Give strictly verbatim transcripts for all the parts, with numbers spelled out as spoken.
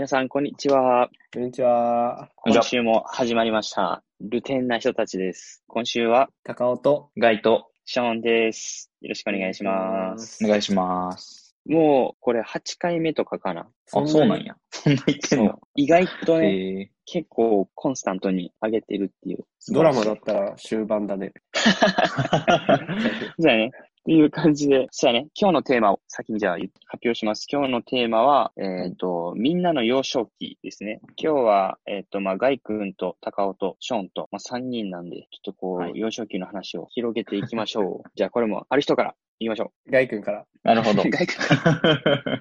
皆さん、こんにちは。 こんにちは。 今週も始まりました。ルテンな人たちです。今週は、 高尾とガイとショーンです。よろしくお願いします。 お願いします。 もう、これはちかいめとかかな。 あ、そうなんや。そんな言ってんの？ 意外とね、 えー、 結構コンスタントに上げてるっていう。 ドラマだったら終盤だね。 じゃあね。っていう感じで、じゃあね、今日のテーマを先にじゃあ発表します。今日のテーマは、えっと、みんなの幼少期ですね。今日は、えっと、まあ、ガイ君と高尾とショーンと、まあ、さんにんなんで、ちょっとこう、はい、幼少期の話を広げていきましょう。じゃあこれもある人から言いましょう。 ガイ君から。 なるほど。 ガイ君から。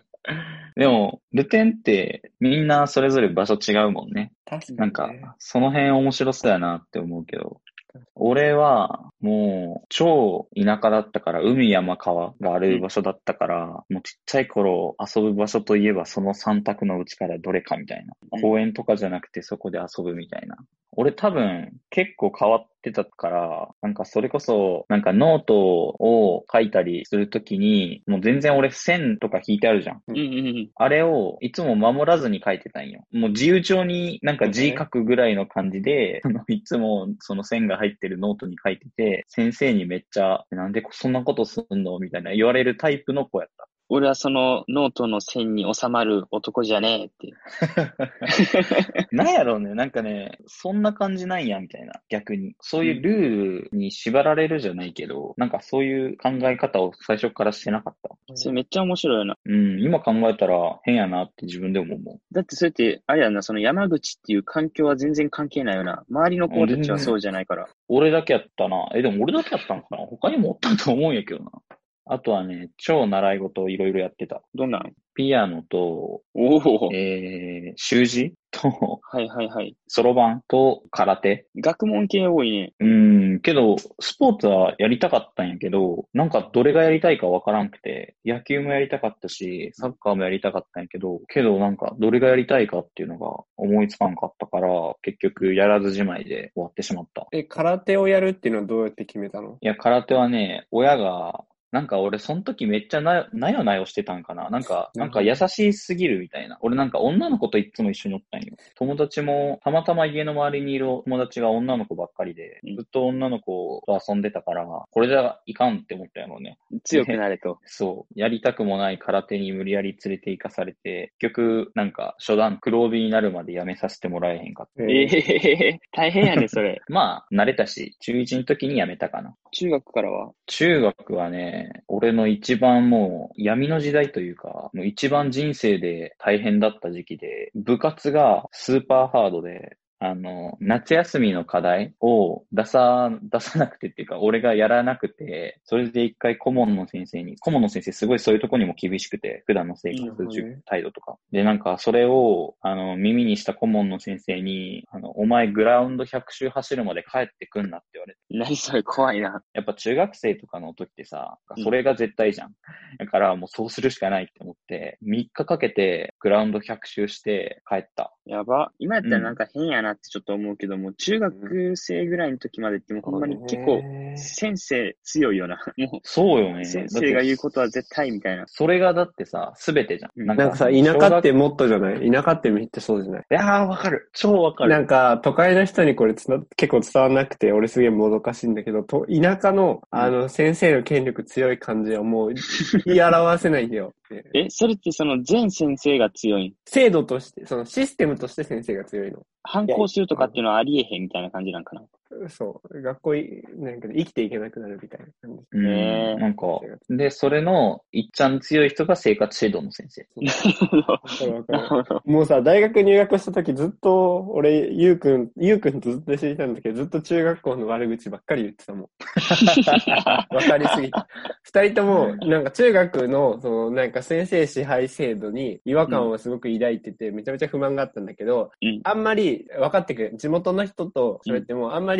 でも、ルテンってみんなそれぞれ場所違うもんね。 確かにね。 なんか、その辺面白そうやなって思うけど。俺は、もう、超田舎だったから、海山川がある場所だったから、うん、もうちっちゃい頃遊ぶ場所といえばその三択のうちからどれかみたいな。うん、公園とかじゃなくてそこで遊ぶみたいな。俺多分、結構変わってたから、なんかそれこそ、なんかノートを書いたりするときに、もう全然俺線とか引いてあるじゃん。 うんうんうん、 あれをいつも守らずに書いてたんよ。もう自由帳になんか字書くぐらいの感じで、いつもその線が入ってるノートに書いてて、先生にめっちゃ、なんでそんなことすんのみたいな言われるタイプの子やった。 俺はそのノートの線に収まる男じゃねえって。 なんやろうね。なんかね、そんな感じなんや、みたいな。逆に。そういうルールに縛られるじゃないけど、なんかそういう考え方を最初からしてなかった。 それめっちゃ面白いな。 うん、今考えたら変やなって自分でも思う。 だってそれって、あれやな、その山口っていう環境は全然関係ないよな。周りの子たちはそうじゃないから。 俺だけやったな。え、でも俺だけやったのかな？他にもおったと思うんやけどな。あとはね、超習い事をいろいろやってた。 どんなん？ ピアノと、 おお、 えー、習字と、 はいはいはい。 そろばんと空手。 学問系多いね。 うーん、けど、スポーツはやりたかったんやけど、なんかどれがやりたいかわからんくて、野球もやりたかったし、サッカーもやりたかったんやけど、けどなんかどれがやりたいかっていうのが思いつかんかったから、結局やらずじまいで終わってしまった。 え、空手をやるっていうのはどうやって決めたの？ いや、空手はね、親が、なんか俺その時めっちゃな、なよなよしてたんかな。なんか、なんか優しすぎるみたいな。俺なんか女の子といつも一緒におったんよ。友達も、たまたま家の周りにいる友達が女の子ばっかりで、ずっと女の子と遊んでたから、これじゃいかんって思ったやろうね。 強くなれと。 そう。やりたくもない空手に無理やり連れて行かされて、結局、なんか、初段黒帯になるまでやめさせてもらえへんかった。 ええー、大変やね、それ。 まあ、慣れたし、中いちの時にやめたかな。 中学からは？ 中学はね、俺の一番もう闇の時代というか、もう一番人生で大変だった時期で、部活がスーパーハードで、あの、夏休みの課題を出さ、出さなくてっていうか、俺がやらなくて、それで一回顧問の先生に、顧問の先生すごいそういうとこにも厳しくて、普段の生活、態度とか。で、なんかそれを、あの、耳にした顧問の先生に、あの、お前グラウンドひゃく周走るまで帰ってくんなって言われて。 何それ怖いな。 やっぱ中学生とかの時ってさ、それが絶対じゃん。うん、だからもうそうするしかないって思って、みっかかけてグラウンドひゃく周して帰った。 やば。今やったらなんか変やなってちょっと思うけども、うん、中学生ぐらいの時までってもほんまに結構先生強いよな。もうそうよね。 先生が言うことは絶対みたいな。 それがだってさ、すべてじゃん。 なんか、なんかさ、田舎ってもっとじゃない？田舎ってめっちゃそうじゃない？ いやーわかる。超わかる。 なんか都会の人にこれつな結構伝わんなくて、俺すげえもどかしいんだけど、と田舎のあの先生の権力強い感じはもう言い表せないんだよ。 え、それってその全先生が強い？ 制度として、そのシステムとして先生が強いの。 反抗するとかっていうのはありえへんみたいな感じなんかな。 そう。学校い、なんか生きていけなくなるみたいな感じ。 ねえ。なんか、で、それの、いっちゃん強い人が生活指導の先生。 なるほど。もうさ、大学入学した時ずっと、俺、ゆうくん、ゆうくんとずっと知りたいんだけど、ずっと中学校の悪口ばっかり言ってたもん。わかりすぎて。二人とも、なんか中学の、その、なんか先生支配制度に違和感をすごく抱いてて、めちゃめちゃ不満があったんだけど、うん、あんまり分かってくれ、地元の人と喋っても、あんまり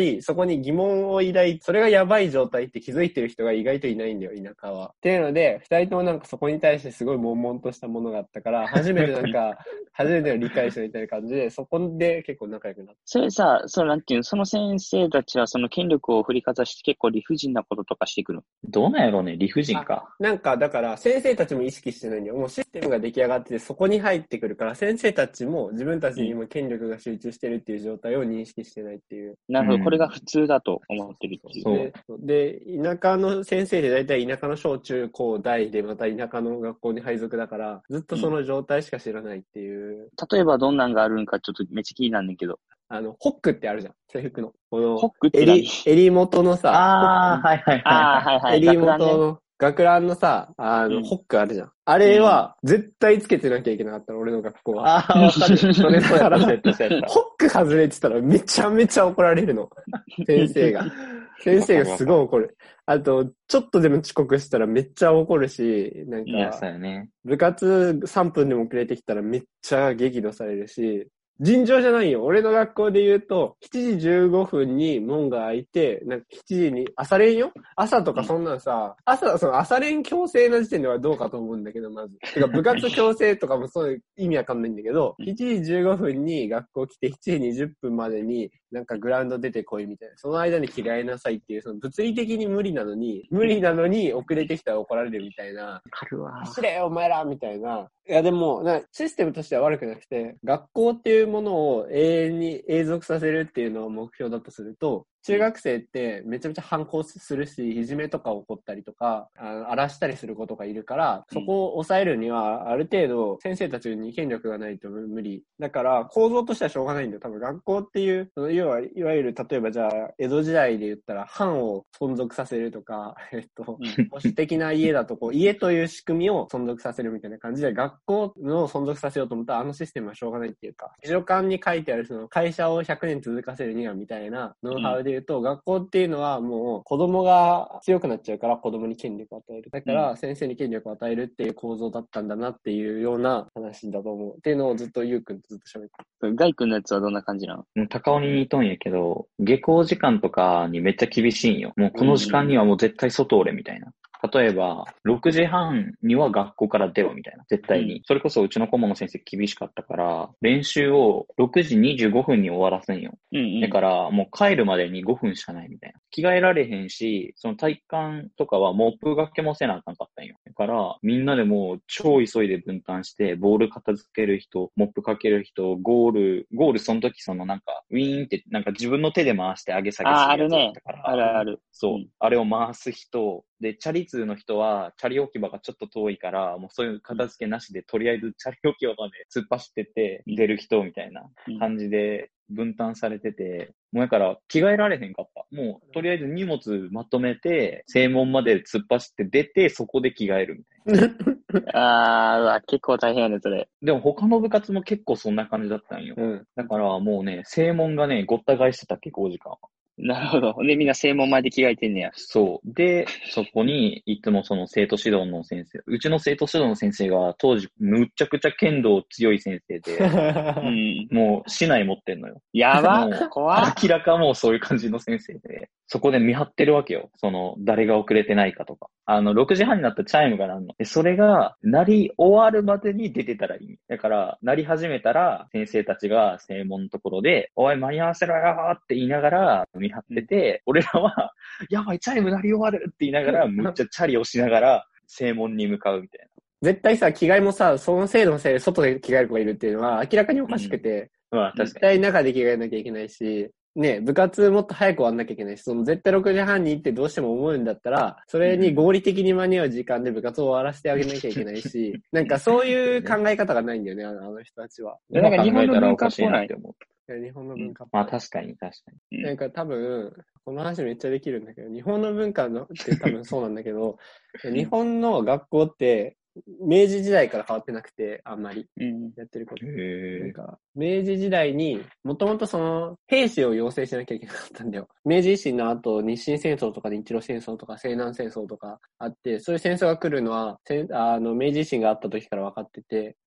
りそこに疑問を抱い、それがやばい状態って気づいてる人が意外といないんだよ、田舎は。っていうので、二人ともなんかそこに対してすごい悶々としたものがあったから、初めてなんか、初めての理解者みたいな感じで、そこで結構仲良くなった。 それさ、そのなんていうの、その先生たちはその権力を振りかざして結構理不尽なこととかしてくる。 どうなんやろうね、理不尽か。 なんか、だから、先生たちも意識してないんだよ。もうシステムが出来上がってて、そこに入ってくるから、先生たちも自分たちにも権力が集中してるっていう状態を認識してないっていう。 なるほど、これが普通だと思ってるっていう。 そうで、で、田舎の先生で大体田舎の小中高大でまた田舎の学校に配属だから、ずっとその状態しか知らないっていう。うん、 例えばどんなんがあるんかちょっとめっちゃ気になんねんけど。 あの、ホックってあるじゃん、制服の。この、 ホックって襟、襟元のさ、 ああ、はいはいはい。 ああ、はいはい。 襟元の、学ランのさ、あの、うん、ホックあるじゃん。あれは、絶対つけてなきゃいけなかったの、俺の学校は。 ああ、わかる。それだから、ホック外れてたらめちゃめちゃ怒られるの。先生が。先生がすごい怒る。あと、ちょっとでも遅刻したらめっちゃ怒るし、なんか、 そうよね、 部活さんぷんでも遅れてきたらめっちゃ激怒されるし、尋常じゃないよ。俺の学校で言うと、しちじじゅうごふんに門が開いて、なんかしちじに、朝練よ朝とかそんなんさ、朝、その朝練強制な時点ではどうかと思うんだけど、まず。てか部活強制とかもそういう意味わかんないんだけど、しちじじゅうごふんに学校来てしちじにじゅっぷんまでになんかグラウンド出てこいみたいな。その間に着替えなさいっていう、その物理的に無理なのに、無理なのに遅れてきたら怒られるみたいな。 わかるわ。 走れよお前らみたいな。いやでも、なシステムとしては悪くなくて、学校っていうものを永遠に永続させるっていうのを目標だとすると、中学生ってめちゃめちゃ反抗するし、いじめとか起こったりとか、あの荒らしたりすることがいるから、そこを抑えるには、ある程度先生たちに権力がないと無理。だから構造としてはしょうがないんだよ。多分学校っていう、要は、いわゆる例えばじゃあ、江戸時代で言ったら藩を存続させるとか、えっと、保守的な家だとこう、家という仕組みを存続させるみたいな感じで、学校の存続させようと思ったらあのシステムはしょうがないっていうか、図書館に書いてあるその会社をひゃくねん続かせるにはみたいなノウハウで言うと、うん、学校っていうのはもう子供が強くなっちゃうから子供に権力を与える。だから先生に権力を与えるっていう構造だったんだなっていうような話だと思う。っていうのをずっとゆうくんとずっと喋ってる。ガイくんのやつはどんな感じなの？ もう高尾に似とんやけど、下校時間とかにめっちゃ厳しいんよ。もうこの時間にはもう絶対外おれみたいな。例えば、ろくじはんには学校から出ろみたいな。絶対に。うん、それこそうちの顧問の先生厳しかったから、練習をろくじにじゅうごふんに終わらせんよ。うんうん、だからもう帰るまでにごふんしかないみたいな。着替えられへんし、その体育館とかはモップがけもせなあかんかったんよ。だからみんなでもう超急いで分担して、ボール片付ける人、モップかける人、ゴール、ゴールその時そのなんか、ウィーンってなんか自分の手で回して上げ下げするやつだったから。 あ、あるね。あるある。 そう。うん、あれを回す人、で、チャリ通の人は、チャリ置き場がちょっと遠いから、もうそういう片付けなしで、とりあえずチャリ置き場まで突っ走ってって出る人みたいな感じで分担されてて、もうだから着替えられへんかった。もうとりあえず荷物まとめて、正門まで突っ走って出て、そこで着替えるみたいな。あー、結構大変やね、それ。 でも他の部活も結構そんな感じだったんよ。うん、だからもうね、正門がね、ごった返してた、下校時間は。 なるほど。で、みんな正門前で着替えてんねや。 そう。で、そこに、いつもその生徒指導の先生、うちの生徒指導の先生が当時、むっちゃくちゃ剣道強い先生で、うん、もう、市内持ってんのよ。 やば怖い。明らかもうそういう感じの先生で、そこで見張ってるわけよ。その、誰が遅れてないかとか。あの、ろくじはんになったらチャイムが鳴るの。で、それが、鳴り終わるまでに出てたらいい。だから、鳴り始めたら、先生たちが正門のところで、おい、間に合わせろよーって言いながら、見張ってて、うん、俺らは、やばい、チャイム鳴り終わるって言いながら、むっちゃチャリをしながら、正門に向かうみたいな。 絶対さ、着替えもさ、その制度のせいで外で着替える子がいるっていうのは明らかにおかしくて、 うん、まあ確かに。 絶対中で着替えなきゃいけないし、ね、部活もっと早く終わんなきゃいけないし、その絶対ろくじはんに行ってどうしても思うんだったら、それに合理的に間に合う時間で部活を終わらせてあげなきゃいけないし、なんかそういう考え方がないんだよね、あの、あの人たちは。 なんか日本の文化っぽない。 日本の文化っぽい。まあ確かに確かに。なんか多分、この話めっちゃできるんだけど、日本の文化のって多分そうなんだけど、日本の学校って、明治時代から変わってなくて、あんまり、やってること。なんか明治時代に、もともとその、兵士を養成しなきゃいけなかったんだよ。明治維新の後、日清戦争とか日露戦争とか西南戦争とかあって、そういう戦争が来るのは、あの、明治維新があった時から分かってて、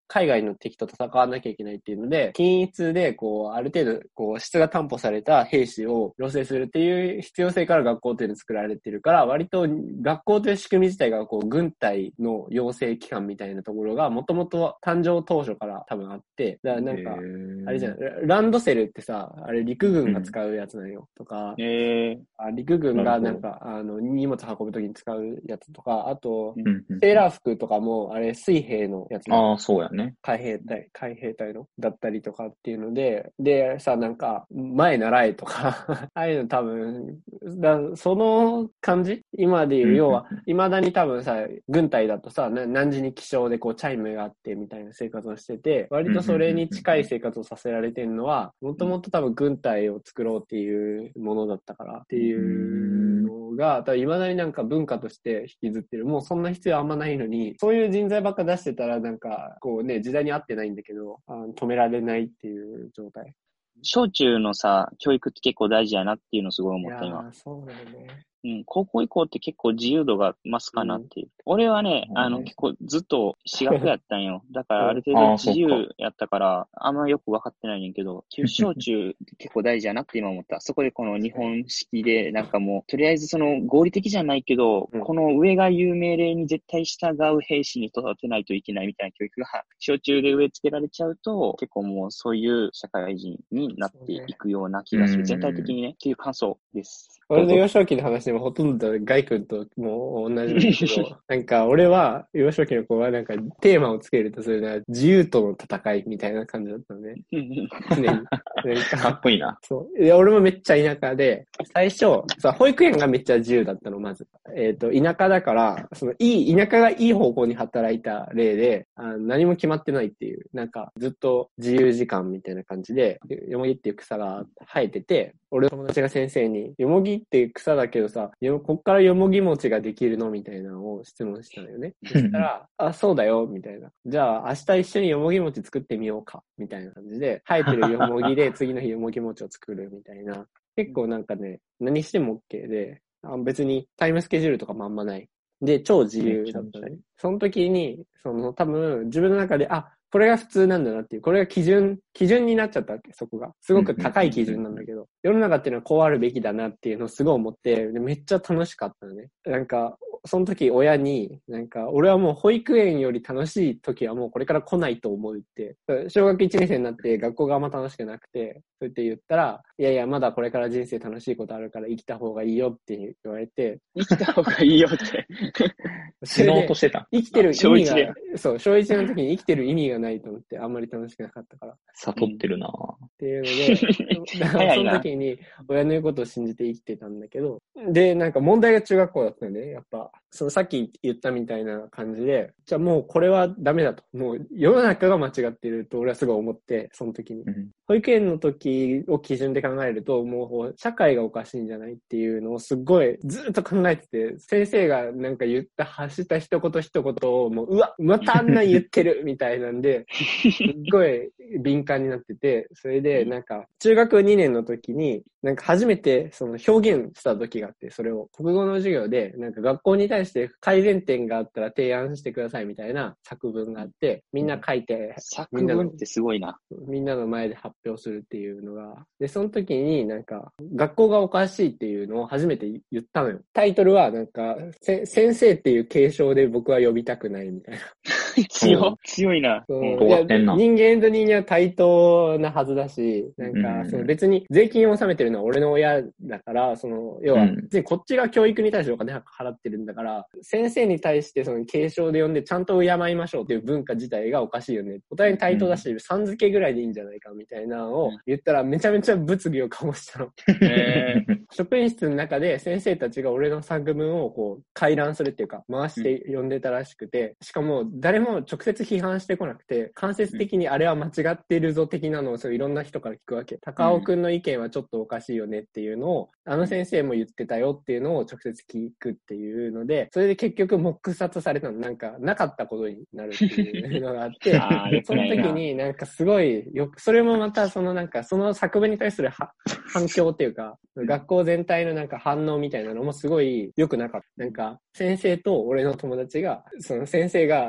海外の敵と戦わなきゃいけないっていうので、均一で、こう、ある程度、こう、質が担保された兵士を養成するっていう必要性から学校っていうのを作られてるから、割と学校という仕組み自体が、こう、軍隊の養成機関みたいなところが、もともと誕生当初から多分あって、だからなんか、あれじゃん、ランドセルってさ、あれ陸軍が使うやつなのよ、とか、 えあ陸軍がなんか、あの、荷物運ぶときに使うやつとか、あと、セーラー服とかも、あれ水兵のやつなの。 ああ、そうやね。 海兵隊、海兵隊のだったりとかっていうので、で、さ、なんか、前習えとか、ああいうの多分、だその感じ今で言う、要は、未だに多分さ、軍隊だとさ、何時に起床でこう、チャイムがあってみたいな生活をしてて、割とそれに近い生活をさせられてるのは、もともと多分軍隊を作ろうっていうものだったからっていうのが、多分未だになんか文化として引きずってる。もうそんな必要あんまないのに、そういう人材ばっか出してたらなんか、こうね、時代に合ってないんだけど、あの止められないっていう状態。 小中のさ、教育って結構大事やなっていうのをすごい思った今。 いやー、そうだよね。 うん、高校以降って結構自由度が増すかなっていう。うん、俺はね、あの、結構ずっと私学やったんよ。だからある程度自由やったから、あんまよく分かってないねんけど、小中結構大事やなって今思った。そこでこの日本式で、なんかもう、とりあえずその合理的じゃないけど、うん、この上が有命令に絶対従う兵士に育てないといけないみたいな教育が、小中で植え付けられちゃうと、結構もうそういう社会人になっていくような気がする。全体的にね、っていう感想です。 俺の幼少期の話でもほとんどガイ君ともう同じなんだけど、なんか俺は幼少期の子はなんかテーマをつけるとするのは自由との戦いみたいな感じだったのね。常に。なんかかっこいいな。 そう。いや俺もめっちゃ田舎で、最初、さ、保育園がめっちゃ自由だったの、まず。えっと、田舎だから、そのいい、田舎がいい方向に働いた例で、あ何も決まってないっていう、なんかずっと自由時間みたいな感じで、よもぎっていう草が生えてて、俺の友達が先生に、よもぎって草だけどさ、よ、こっからよもぎ餅ができるのみたいなのを質問したのよね。そしたら、あ、そうだよ、みたいな。じゃあ、明日一緒によもぎ餅作ってみようか、みたいな感じで、生えてるよもぎで次の日よもぎ餅を作るみたいな。結構なんかね、何しても OK で、あ別にタイムスケジュールとかもあんまない。で、超自由だったね。その時に、その多分自分の中で、あ、これが普通なんだなっていう、これが基準、基準になっちゃったわけ、そこが。すごく高い基準なんだけど、世の中っていうのはこうあるべきだなっていうのをすごい思って、でめっちゃ楽しかったのね。なんか、その時親に、なんか、俺はもう保育園より楽しい時はもうこれから来ないと思うって、小学いちねん生になって学校があんま楽しくなくて、そうやって言ったら、いやいや、まだこれから人生楽しいことあるから生きた方がいいよって言われて、 生きた方がいいよって。 死のうとしてた。 生きてる意味が、そう、小一の時に生きてる意味がないと思って、あんまり楽しくなかったから。 悟ってるなぁ。 っていうので、だからその時に親の言うことを信じて生きてたんだけど、で、なんか問題が中学校だったんで、やっぱ、そのさっき言ったみたいな感じで、じゃあもうこれはダメだと。もう世の中が間違ってると俺はすごい思って、その時に。うん、保育園の時を基準で考えると、もう社会がおかしいんじゃないっていうのをすっごいずっと考えてて、先生がなんか言った、発した一言一言をもう、うわ、またあんなん言ってるみたいなんで、すっごい敏感になってて、それでなんか中学にねんの時に、なんか初めてその表現した時があって、それを国語の授業で、なんか学校に対して改善点があったら提案してくださいみたいな作文があって、みんな書いて、 作文ってすごいな。 みんなの前で発表するっていうのが、で、その時になんか学校がおかしいっていうのを初めて言ったのよ。タイトルはなんか、せ先生っていう継承で僕は呼びたくないみたいな。 強、強いな。 うん、いや人間と人間は対等なはずだし、なんか、その別に税金を納めてるのは俺の親だから、その、要は、別にこっちが教育に対してお金払ってるんだから、先生に対してその継承で呼んでちゃんと敬いましょうっていう文化自体がおかしいよね。お互いに対等だし、さん付けぐらいでいいんじゃないかみたいなのを言ったらめちゃめちゃ物議を醸したの。職員室の中で先生たちが俺の作文をこう、回覧するっていうか、回して呼んでたらしくて、しかも誰も直接批判してこなくて、間接的にあれは間違ってるぞ的なのをそういろんな人から聞くわけ。高尾くんの意見はちょっとおかしいよねっていうのを、あの先生も言ってたよっていうのを直接聞くっていうので、それで結局黙殺されたの。なんか、なかったことになるっていうのがあって、その時になんかすごいよく、それもまたそのなんか、その作文に対する反響っていうか、学校全体のなんか反応みたいなのもすごい良くなかった。なんか、先生と俺の友達が、その先生が高尾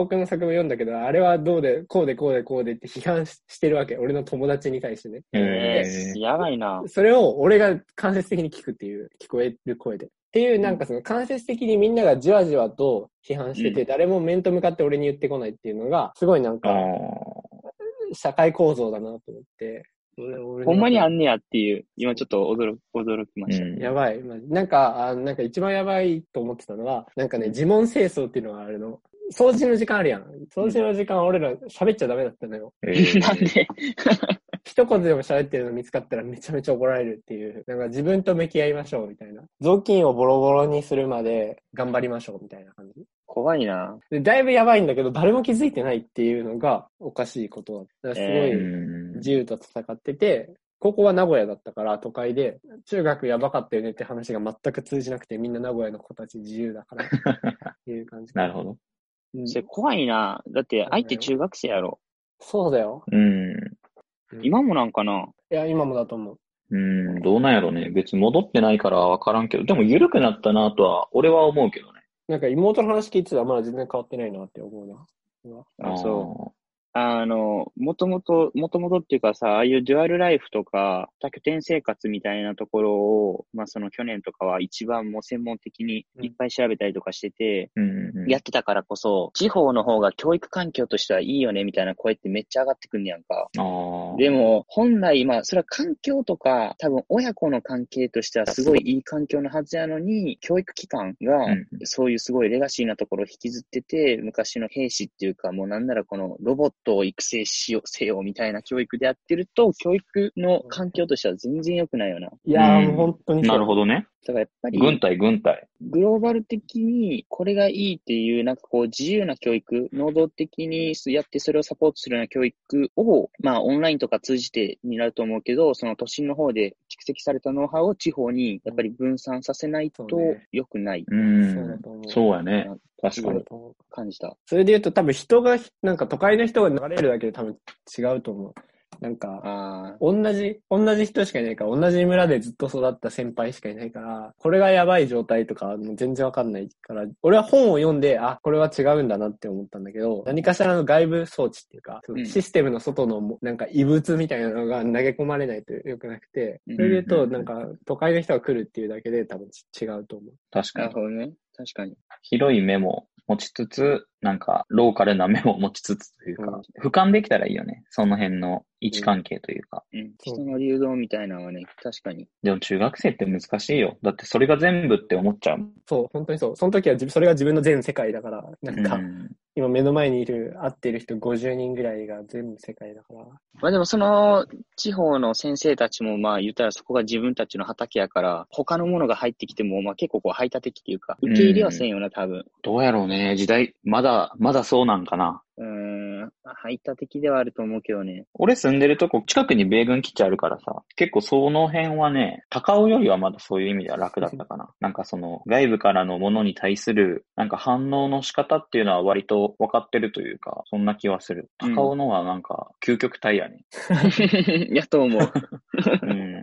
尾くんの作文読んだけど、あれはどうで、こうでこうでこうでって批判し、してるわけ。俺の友達に対してね。 えー、やばいな。 それを俺が間接的に聞くっていう、聞こえる声で。っていう、なんかその間接的にみんながじわじわと批判してて、うん、誰も面と向かって俺に言ってこないっていうのが、すごいなんか、社会構造だなと思って。 ほんまにあんねやっていう、今ちょっと驚、驚きました。うん、 やばい。なんか、あなんか一番やばいと思ってたのは、なんかね、自問清掃っていうのがあるの。掃除の時間あるやん。掃除の時間俺ら喋っちゃダメだったのよ。 えー、なんで一言でも喋ってるの見つかったらめちゃめちゃ怒られるっていう。なんか自分と向き合いましょうみたいな。雑巾をボロボロにするまで頑張りましょうみたいな感じ。 怖いな。 で、だいぶやばいんだけど、誰も気づいてないっていうのがおかしいことだった。すごい自由と戦ってて、高校は名古屋だったから都会で、中学やばかったよねって話が全く通じなくて、みんな名古屋の子たち自由だからっていう感じ。 なるほど。 うん、それ怖いな。だって相手中学生やろ。 そうだよ。 うん。 今もなんかな。 いや、今もだと思う。 うん、どうなんやろね。別に戻ってないからわからんけど、でも緩くなったなとは、俺は思うけどね。 なんか妹の話聞いてたらまだ全然変わってないなって思うな。 あ、そう。あの、もともと、もともとっていうかさ、ああいうデュアルライフとか、多拠点生活みたいなところを、まあその去年とかは一番もう専門的にいっぱい調べたりとかしてて、 うん、 やってたからこそ、地方の方が教育環境としてはいいよねみたいな声ってめっちゃ上がってくんねやんか。 あでも、本来、まあそれは環境とか、多分親子の関係としてはすごいいい環境のはずやのに、教育機関が、そういうすごいレガシーなところを引きずってて、昔の兵士っていうか、もうなんならこのロボットを育成しよう、せよみたいな教育でやってると、教育の環境としては全然良くないよな。 いやー、もう本当にそう。 なるほどね。 だからやっぱり、 軍隊、軍隊。 グローバル的にこれがいいっていう、なんかこう自由な教育、能動的にやってそれをサポートするような教育を、まあオンラインとか通じてになると思うけど、その都心の方で蓄積されたノウハウを地方にやっぱり分散させないと良くない。 うん、そうだと思う。そうやね。確かに。 感じた。 それで言うと多分人が、なんか都会の人が流れるだけで多分違うと思う。なんか、同じ、同じ人しかいないから、同じ村でずっと育った先輩しかいないから、これがやばい状態とかもう全然わかんないから、俺は本を読んで、あ、これは違うんだなって思ったんだけど、何かしらの外部装置っていうか、うん、システムの外のなんか異物みたいなのが投げ込まれないと良くなくて、それで言うと、なんか都会の人が来るっていうだけで多分違うと思う。 確かに。 なるほどね。確かに。 広い目も持ちつつ、なんか、ローカルな目も持ちつつというか、うん、俯瞰できたらいいよね。その辺の位置関係というか。 うん。人の流動みたいなのはね、確かに。 でも中学生って難しいよ。だってそれが全部って思っちゃう。 そう、本当にそう。その時はそれが自分の全世界だから、なんか、うん、今目の前にいる、会ってる人ごじゅうにんぐらいが全部世界だから。 まあでもその地方の先生たちもまあ言ったらそこが自分たちの畑やから、他のものが入ってきても、まあ結構こう排他的っていうか、受け入れはせんよな、多分。 どうやろうね。時代、まだ、まだそうなんかな。 うーん、排他的ではあると思うけどね。 俺住んでるとこ近くに米軍基地あるからさ、結構その辺はね、高尾よりはまだそういう意味では楽だったかな。なんかその外部からのものに対するなんか反応の仕方っていうのは割と分かってるというか、そんな気はする。高尾のはなんか究極体やね。 うん、やと思う。 うん。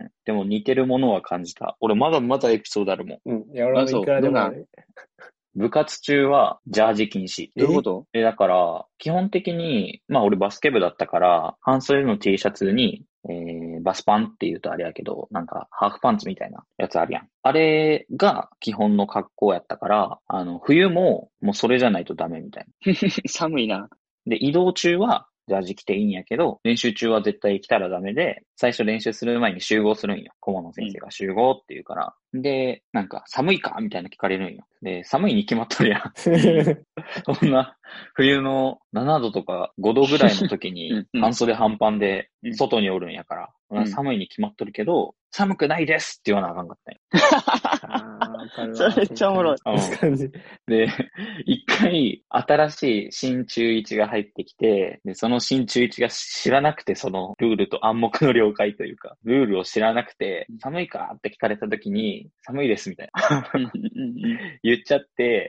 でも似てるものは感じた。俺まだまだエピソードあるもん。 うん。いや、俺もいくらでもある。 部活中はジャージ禁止。 どういうこと？ え、だから、基本的に、まあ俺バスケ部だったから、半袖の T シャツに、えー、バスパンって言うとあれやけど、なんかハーフパンツみたいなやつあるやん。あれが基本の格好やったから、あの、冬ももうそれじゃないとダメみたいな。 寒いな。 で、移動中は、ジャージ着ていいんやけど、練習中は絶対着たらダメで、最初練習する前に集合するんよ。顧問の先生が集合って言うから。うん、で、なんか、寒いかみたいな聞かれるんよ。で、寒いに決まっとるやん。そんな、冬のななどとかごどぐらいの時に、半袖半パンで外におるんやから、うん、寒いに決まっとるけど、寒くないですって言わなあかんかったんよ。それめっちゃおもろい。 うん、で、一回、新しい新中一が入ってきて、で、その新中一が知らなくて、そのルールと暗黙の了解というか、ルールを知らなくて、寒いかって聞かれた時に、寒いですみたいな。言っちゃって、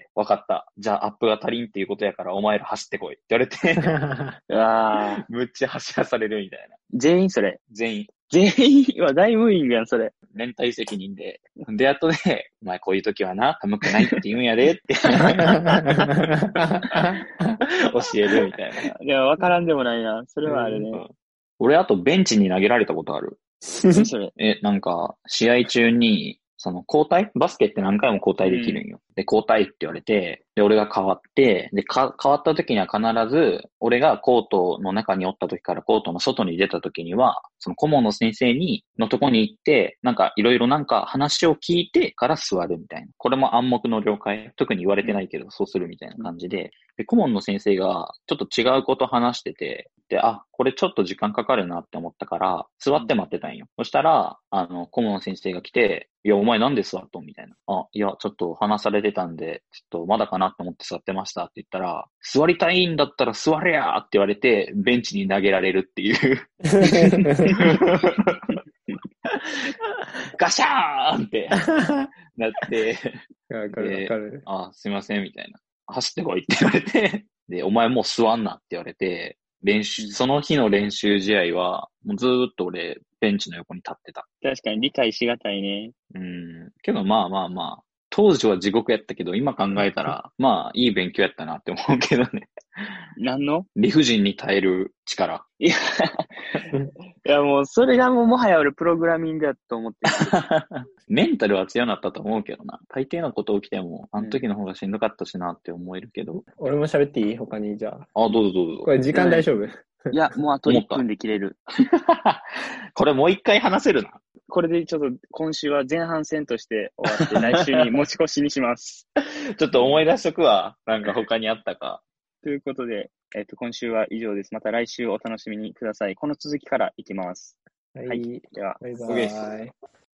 わかった。じゃあアップが足りんっていうことやから、お前ら走ってこいって言われて、 うわむっちゃ走らされるみたいな。 全員それ全員。 全員は大無意味やん、それ。 連帯責任で。で、後で、お前こういう時はな、寒くないって言うんやでって。 教えるみたいな。 いや、わからんでもないな。それはあるね。 うん、俺、あとベンチに投げられたことある。 何それ。 え、なんか、試合中に、その交代バスケって何回も交代できるんよ。で、交代って言われて、で、俺が変わって、で、か、変わった時には必ず、俺がコートの中におった時からコートの外に出た時には、その顧問の先生に、のとこに行って、なんかいろいろなんか話を聞いてから座るみたいな。これも暗黙の了解。特に言われてないけど、そうするみたいな感じで。で、顧問の先生がちょっと違うこと話してて、で、あ、これちょっと時間かかるなって思ったから、座って待ってたんよ。そしたら、あの、顧問の先生が来て、いや、お前なんで座っとんみたいな。あ、いや、ちょっと話されてたんで、ちょっとまだかなと思って座ってましたって言ったら、座りたいんだったら座れやーって言われて、ベンチに投げられるっていう。ガシャーンってなって、 わかるわかる。 あ、すいませんみたいな。走ってこいって言われて、で、お前もう座んなって言われて、練習、その日の練習試合は、もうずーっと俺、ベンチの横に立ってた。 確かに理解しがたいね。 うん。けどまあまあまあ、当時は地獄やったけど、今考えたら、まあ、いい勉強やったなって思うけどね。 何の理不尽に耐える力。 いや、いやもう、それがもうもはや俺プログラミングだと思ってる。 メンタルは強くなったと思うけどな。大抵のこと起きても、あの時の方がしんどかったしなって思えるけど。 俺も喋っていい他に、じゃあ。 あ、どうぞどうぞ。 これ時間大丈夫？ いや、もうあといっぷんで切れる。 これもう一回話せるな。 これでちょっと今週は前半戦として終わって来週に持ち越しにします。 ちょっと思い出しとくわ。なんか他にあったか。 ということで、えっと、今週は以上です。また来週お楽しみにください。この続きからいきます。 はい。 はい、では。 バイバイ。